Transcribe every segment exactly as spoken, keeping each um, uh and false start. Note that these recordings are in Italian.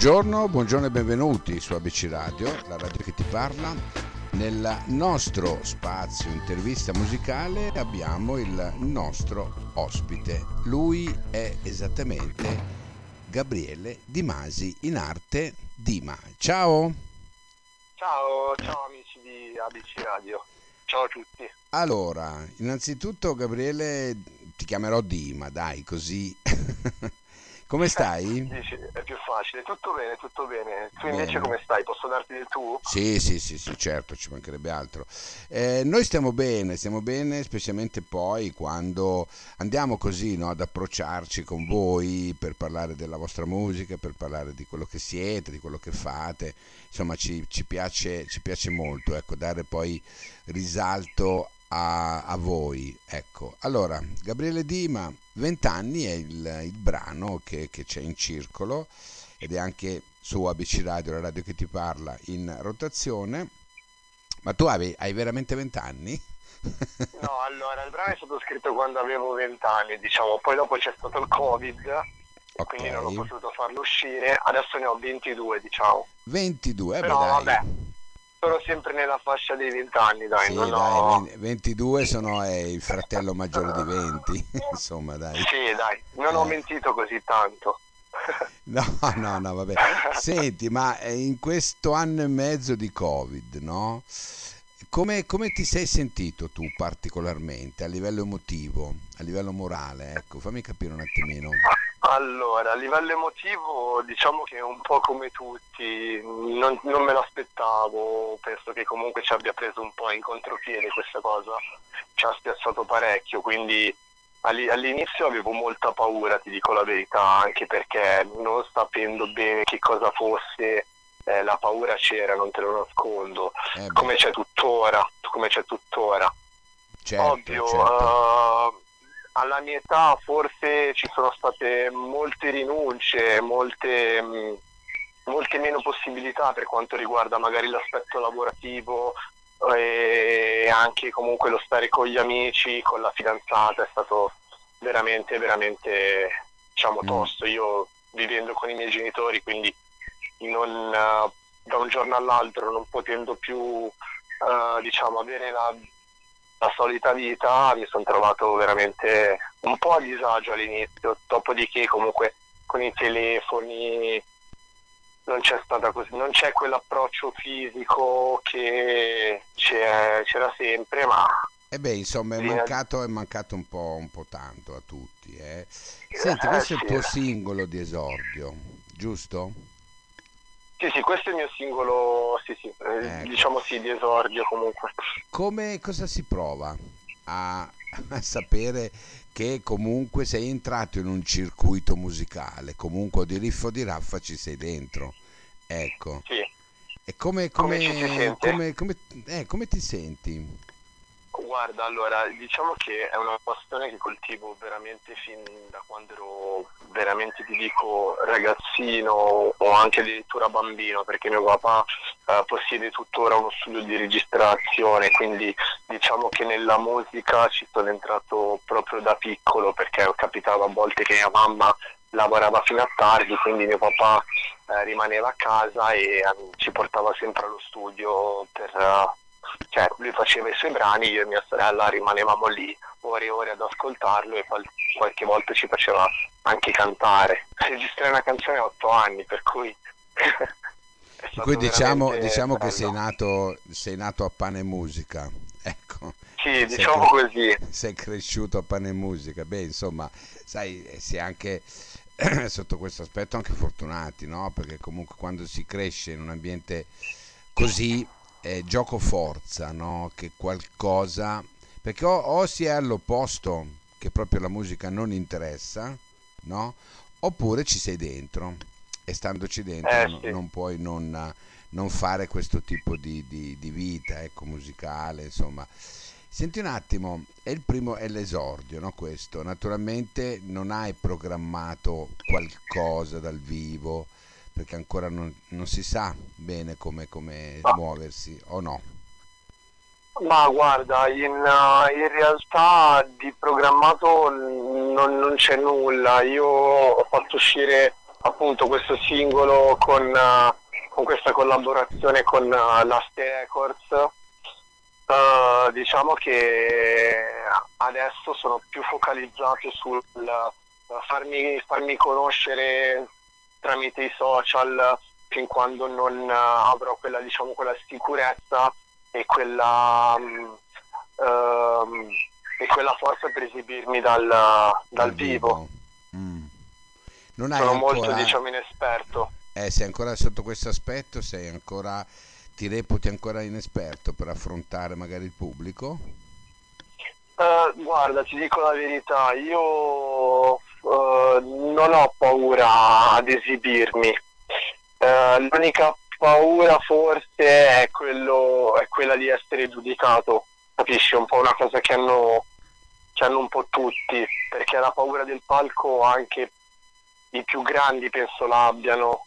Buongiorno, buongiorno e benvenuti su A B C Radio, la radio che ti parla. Nel nostro spazio intervista musicale abbiamo il nostro ospite. Lui è esattamente Gabriele Di Masi, in arte Dima. Ciao! Ciao, ciao amici di A B C Radio, ciao a tutti. Allora, innanzitutto Gabriele ti chiamerò Dima, dai, così. Come stai? Dici, è più facile, tutto bene, tutto bene. Tu invece Bene. come stai? Posso darti del tu? Sì, sì, sì, sì, certo, ci mancherebbe altro. Eh, noi stiamo bene, stiamo bene, specialmente poi quando andiamo così, no, ad approcciarci con voi per parlare della vostra musica, per parlare di quello che siete, di quello che fate. Insomma, ci, ci piace, ci piace molto, ecco, dare poi risalto a, a voi. Ecco, allora, Gabriele Dima, venti anni è il, il brano che, che c'è in circolo ed è anche su A B C Radio, la radio che ti parla, in rotazione. Ma tu hai, hai veramente venti anni? No, allora, il brano è stato scritto quando avevo venti anni, diciamo, poi dopo c'è stato il Covid e Ok, quindi non ho potuto farlo uscire, adesso ne ho ventidue, diciamo. ventidue, eh beh Però dai. vabbè, sono sempre nella fascia dei venti anni, dai, Sì, non dai, ho... ven- ventidue sono è il fratello maggiore di venti, insomma, dai. Sì, dai, non ho Eh, mentito così tanto. no, no, no, vabbè. Senti, ma eh, in questo anno e mezzo di Covid, no? Come, come ti sei sentito tu particolarmente a livello emotivo, a livello morale? Ecco, fammi capire un attimino. Allora, a livello emotivo diciamo che un po' come tutti, non, non me l'aspettavo, penso che comunque ci abbia preso un po' in contropiede questa cosa, ci ha spiazzato parecchio, quindi alli- all'inizio avevo molta paura, ti dico la verità, anche perché non sapendo bene che cosa fosse, eh, la paura c'era, non te lo nascondo, Eh beh, come c'è tuttora, come c'è tuttora. certo, Ovvio, certo. eh, alla mia età forse ci sono state molte rinunce, molte, mh, molte meno possibilità per quanto riguarda magari l'aspetto lavorativo e anche comunque lo stare con gli amici, con la fidanzata è stato veramente, veramente, diciamo, Mm. tosto. Io vivendo con i miei genitori, quindi non, eh, da un giorno all'altro non potendo più eh, diciamo avere la, la solita vita, mi sono trovato veramente un po' a disagio all'inizio, dopodiché comunque con i telefoni non c'è stata così, non c'è quell'approccio fisico che c'è- c'era sempre, ma E beh, insomma, è linea- mancato, è mancato un po', un po' tanto a tutti, eh. Senti, eh questo è il sì. tuo singolo di esordio, giusto? Sì, sì, questo è il mio singolo, sì, sì, eh, Ecco. diciamo sì, di esordio comunque. Come, cosa si prova a, a sapere che comunque sei entrato in un circuito musicale, comunque di riff o di raffa ci sei dentro, ecco. Sì, E come, come ci si come, sente? come, come, eh, come ti senti? Guarda, allora, diciamo che è una passione che coltivo veramente fin da quando ero veramente, ti dico, ragazzino o anche addirittura bambino, perché mio papà eh, possiede tuttora uno studio di registrazione, quindi diciamo che nella musica ci sono entrato proprio da piccolo, perché capitava a volte che mia mamma lavorava fino a tardi, quindi mio papà eh, rimaneva a casa e eh, ci portava sempre allo studio per... eh, cioè lui faceva i suoi brani, io e mia sorella rimanevamo lì ore e ore ad ascoltarlo e qual- qualche volta ci faceva anche cantare. Registrare una canzone a otto anni, per cui è Per cui stato diciamo, veramente diciamo che sei bello. nato, sei nato a pane e musica, ecco, Sì, sei, diciamo cre- così. sei cresciuto a pane e musica, beh insomma, sai, eh, si è anche sotto questo aspetto anche fortunati, no? Perché comunque quando si cresce in un ambiente così è gioco forza, no? Che qualcosa, perché o, o si è all'opposto, che proprio la musica non interessa, no? Oppure ci sei dentro e standoci dentro Eh no- sì. non puoi non, non fare questo tipo di, di- di vita, ecco, musicale, insomma. Senti un attimo, è il primo, è l'esordio, no? Questo, naturalmente non hai programmato qualcosa dal vivo, perché ancora non, non si sa bene come, come Ma, muoversi, o no? ma guarda, in, uh, in realtà di programmato non, non c'è nulla. Io ho fatto uscire appunto questo singolo con, uh, con questa collaborazione con uh, Last Records, uh, diciamo che adesso sono più focalizzato sul uh, farmi, farmi conoscere tramite i social fin quando non uh, avrò quella, diciamo, quella sicurezza e quella, um, um, e quella forza per esibirmi dal, dal vivo. Mm. Non hai Sono ancora... molto, diciamo, inesperto. Eh, sei ancora sotto questo aspetto, sei ancora, ti reputi ancora inesperto per affrontare magari il pubblico? Uh, guarda, ti dico la verità, io uh, non ho paura ad esibirmi. Uh, l'unica paura forse è, quello, è quella di essere giudicato, capisci? È un po' una cosa che hanno, che hanno un po' tutti, perché la paura del palco anche i più grandi penso l'abbiano,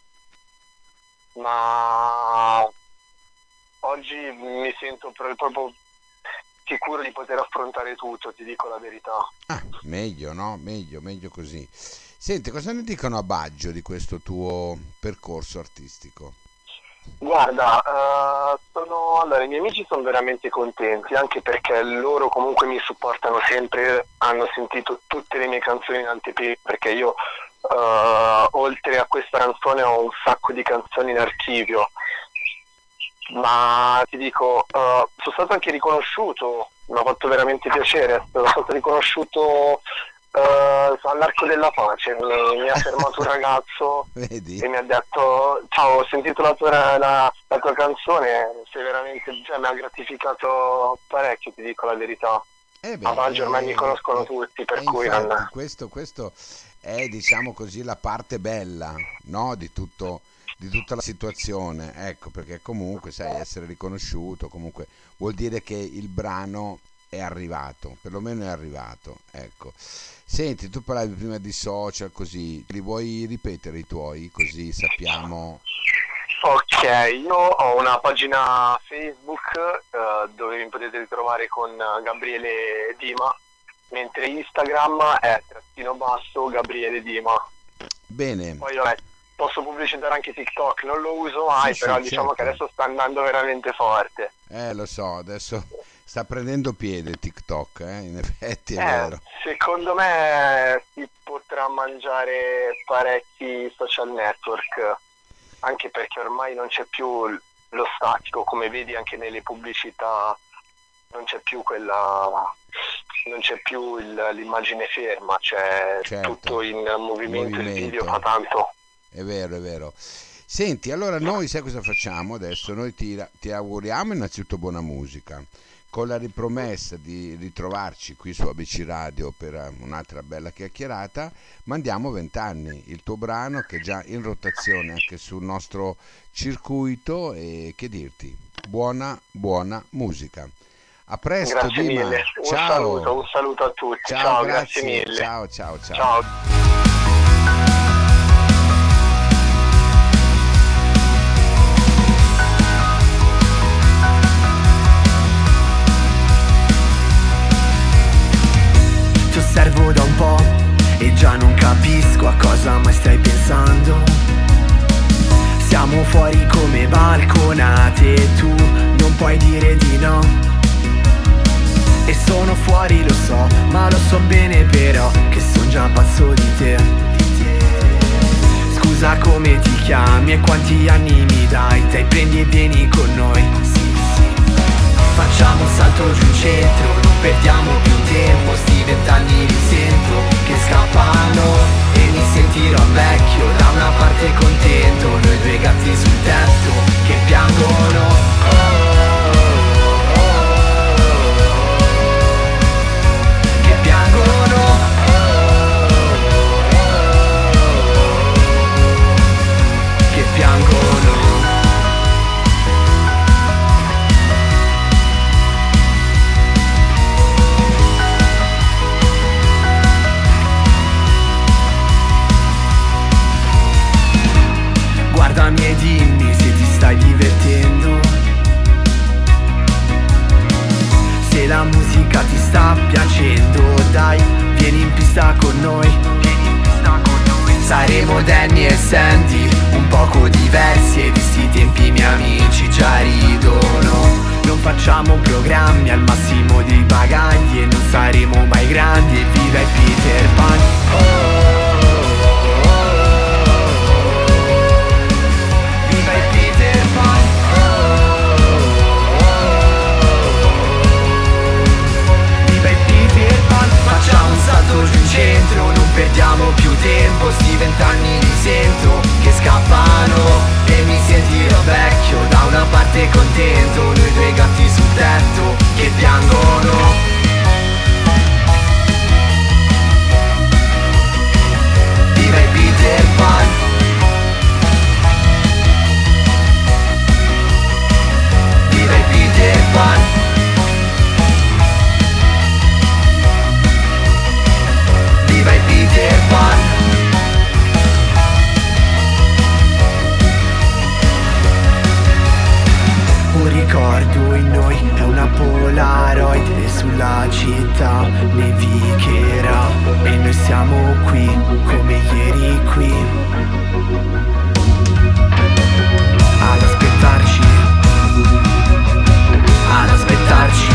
ma oggi mi sento proprio sicuro di poter affrontare tutto, ti dico la verità. Ah, meglio, no? Meglio, meglio così. Senti, cosa ne dicono a Baggio di questo tuo percorso artistico? Guarda, uh, sono, allora, i miei amici sono veramente contenti, anche perché loro comunque mi supportano sempre, hanno sentito tutte le mie canzoni in anteprima, perché io uh, oltre a questa canzone ho un sacco di canzoni in archivio. Ma ti dico, uh, sono stato anche riconosciuto, mi ha fatto veramente piacere, sono stato riconosciuto uh, all'Arco della Pace, mi, mi ha fermato un ragazzo Vedi? e mi ha detto: ciao, ho sentito la tua, la, la tua canzone, sei veramente, cioè, mi ha gratificato parecchio, ti dico la verità. Eh beh, a Baggio ormai eh, mi conoscono eh, tutti, per eh, cui infatti, non... questo, questo è, diciamo così, la parte bella, no? Di tutto, di tutta la situazione, ecco, perché comunque, sai, essere riconosciuto comunque vuol dire che il brano è arrivato, perlomeno è arrivato, ecco. Senti, tu parlavi prima di social, così, li vuoi ripetere i tuoi, così sappiamo? Ok, io ho una pagina Facebook eh, dove mi potete ritrovare con Gabriele Dima, mentre Instagram è trattino basso Gabriele Dima. Bene. Poi vabbè, posso pubblicizzare anche TikTok, non lo uso mai, Sì, però sì, diciamo certo. che adesso sta andando veramente forte. Eh, lo so, adesso sta prendendo piede TikTok, eh? In effetti è Eh, vero. secondo me si potrà mangiare parecchi social network, anche perché ormai non c'è più l- lo statico, come vedi anche nelle pubblicità, non c'è più quella, non c'è più il- l'immagine ferma, c'è Certo, tutto in movimento, il video fa movimento, tanto. è vero, è vero. Senti, allora noi sai cosa facciamo adesso? Noi ti, ti auguriamo innanzitutto buona musica, con la ripromessa di ritrovarci qui su A B C Radio per eh, un'altra bella chiacchierata. Mandiamo Vent'anni, il tuo brano che è già in rotazione anche sul nostro circuito, e che dirti, buona, buona musica. A presto, Grazie Dima. mille, un Ciao. saluto, un saluto a tutti, Ciao, ciao, grazie grazie. mille. Ciao, ciao, ciao. Ciao. Ti osservo da un po' e già non capisco a cosa mai stai pensando. Siamo fuori come balconate e tu non puoi dire di no. E sono fuori, lo so, ma lo so bene però che son già pazzo di te. Scusa, come ti chiami e quanti anni mi dai? Te prendi e vieni con noi. Sì, sì. Facciamo un salto giù in centro, non perdiamo più tempo. Sti vent'anni li sento che scappano e mi sentirò vecchio da una parte contento. Noi due gatti sul tetto che piangono. Oh, oh, oh, oh, che piangono. Oh, oh, oh, che piangono. Guardami e dimmi se ti stai divertendo, se la musica ti sta piacendo. Dai, vieni in pista con noi, vieni in pista con noi. Saremo Danny e Sandy, un poco diversi, e di sti tempi i miei amici già ridono. Non facciamo programmi al massimo dei bagagli e non saremo mai grandi, e viva il Peter Pan. Oh, oh, oh, oh, oh. Viva il Peter Pan. Oh, oh, oh, oh. Viva il Peter Pan. Facciamo un salto giù in centro, non perdiamo più tempo, sti vent'anni li sento che scappano e mi sentirò vecchio da una parte contento, noi due gatti sul tetto che piangono. Viva il Peter Pan. Viva il Peter Pan. Viva il Peter Pan. Un ricordo in noi è una Polaroid e sulla città nevicherà e noi siamo qui come ieri qui ad aspettarci, ad aspettarci,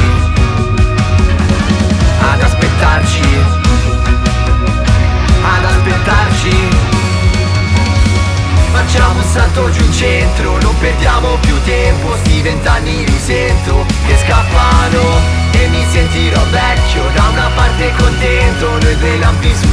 ad aspettarci, ad aspettarci. Facciamo un salto giù in centro, non perdiamo più tempo, sti vent'anni li sento che scappano e mi sentirò vecchio da una parte contento, noi due lampi su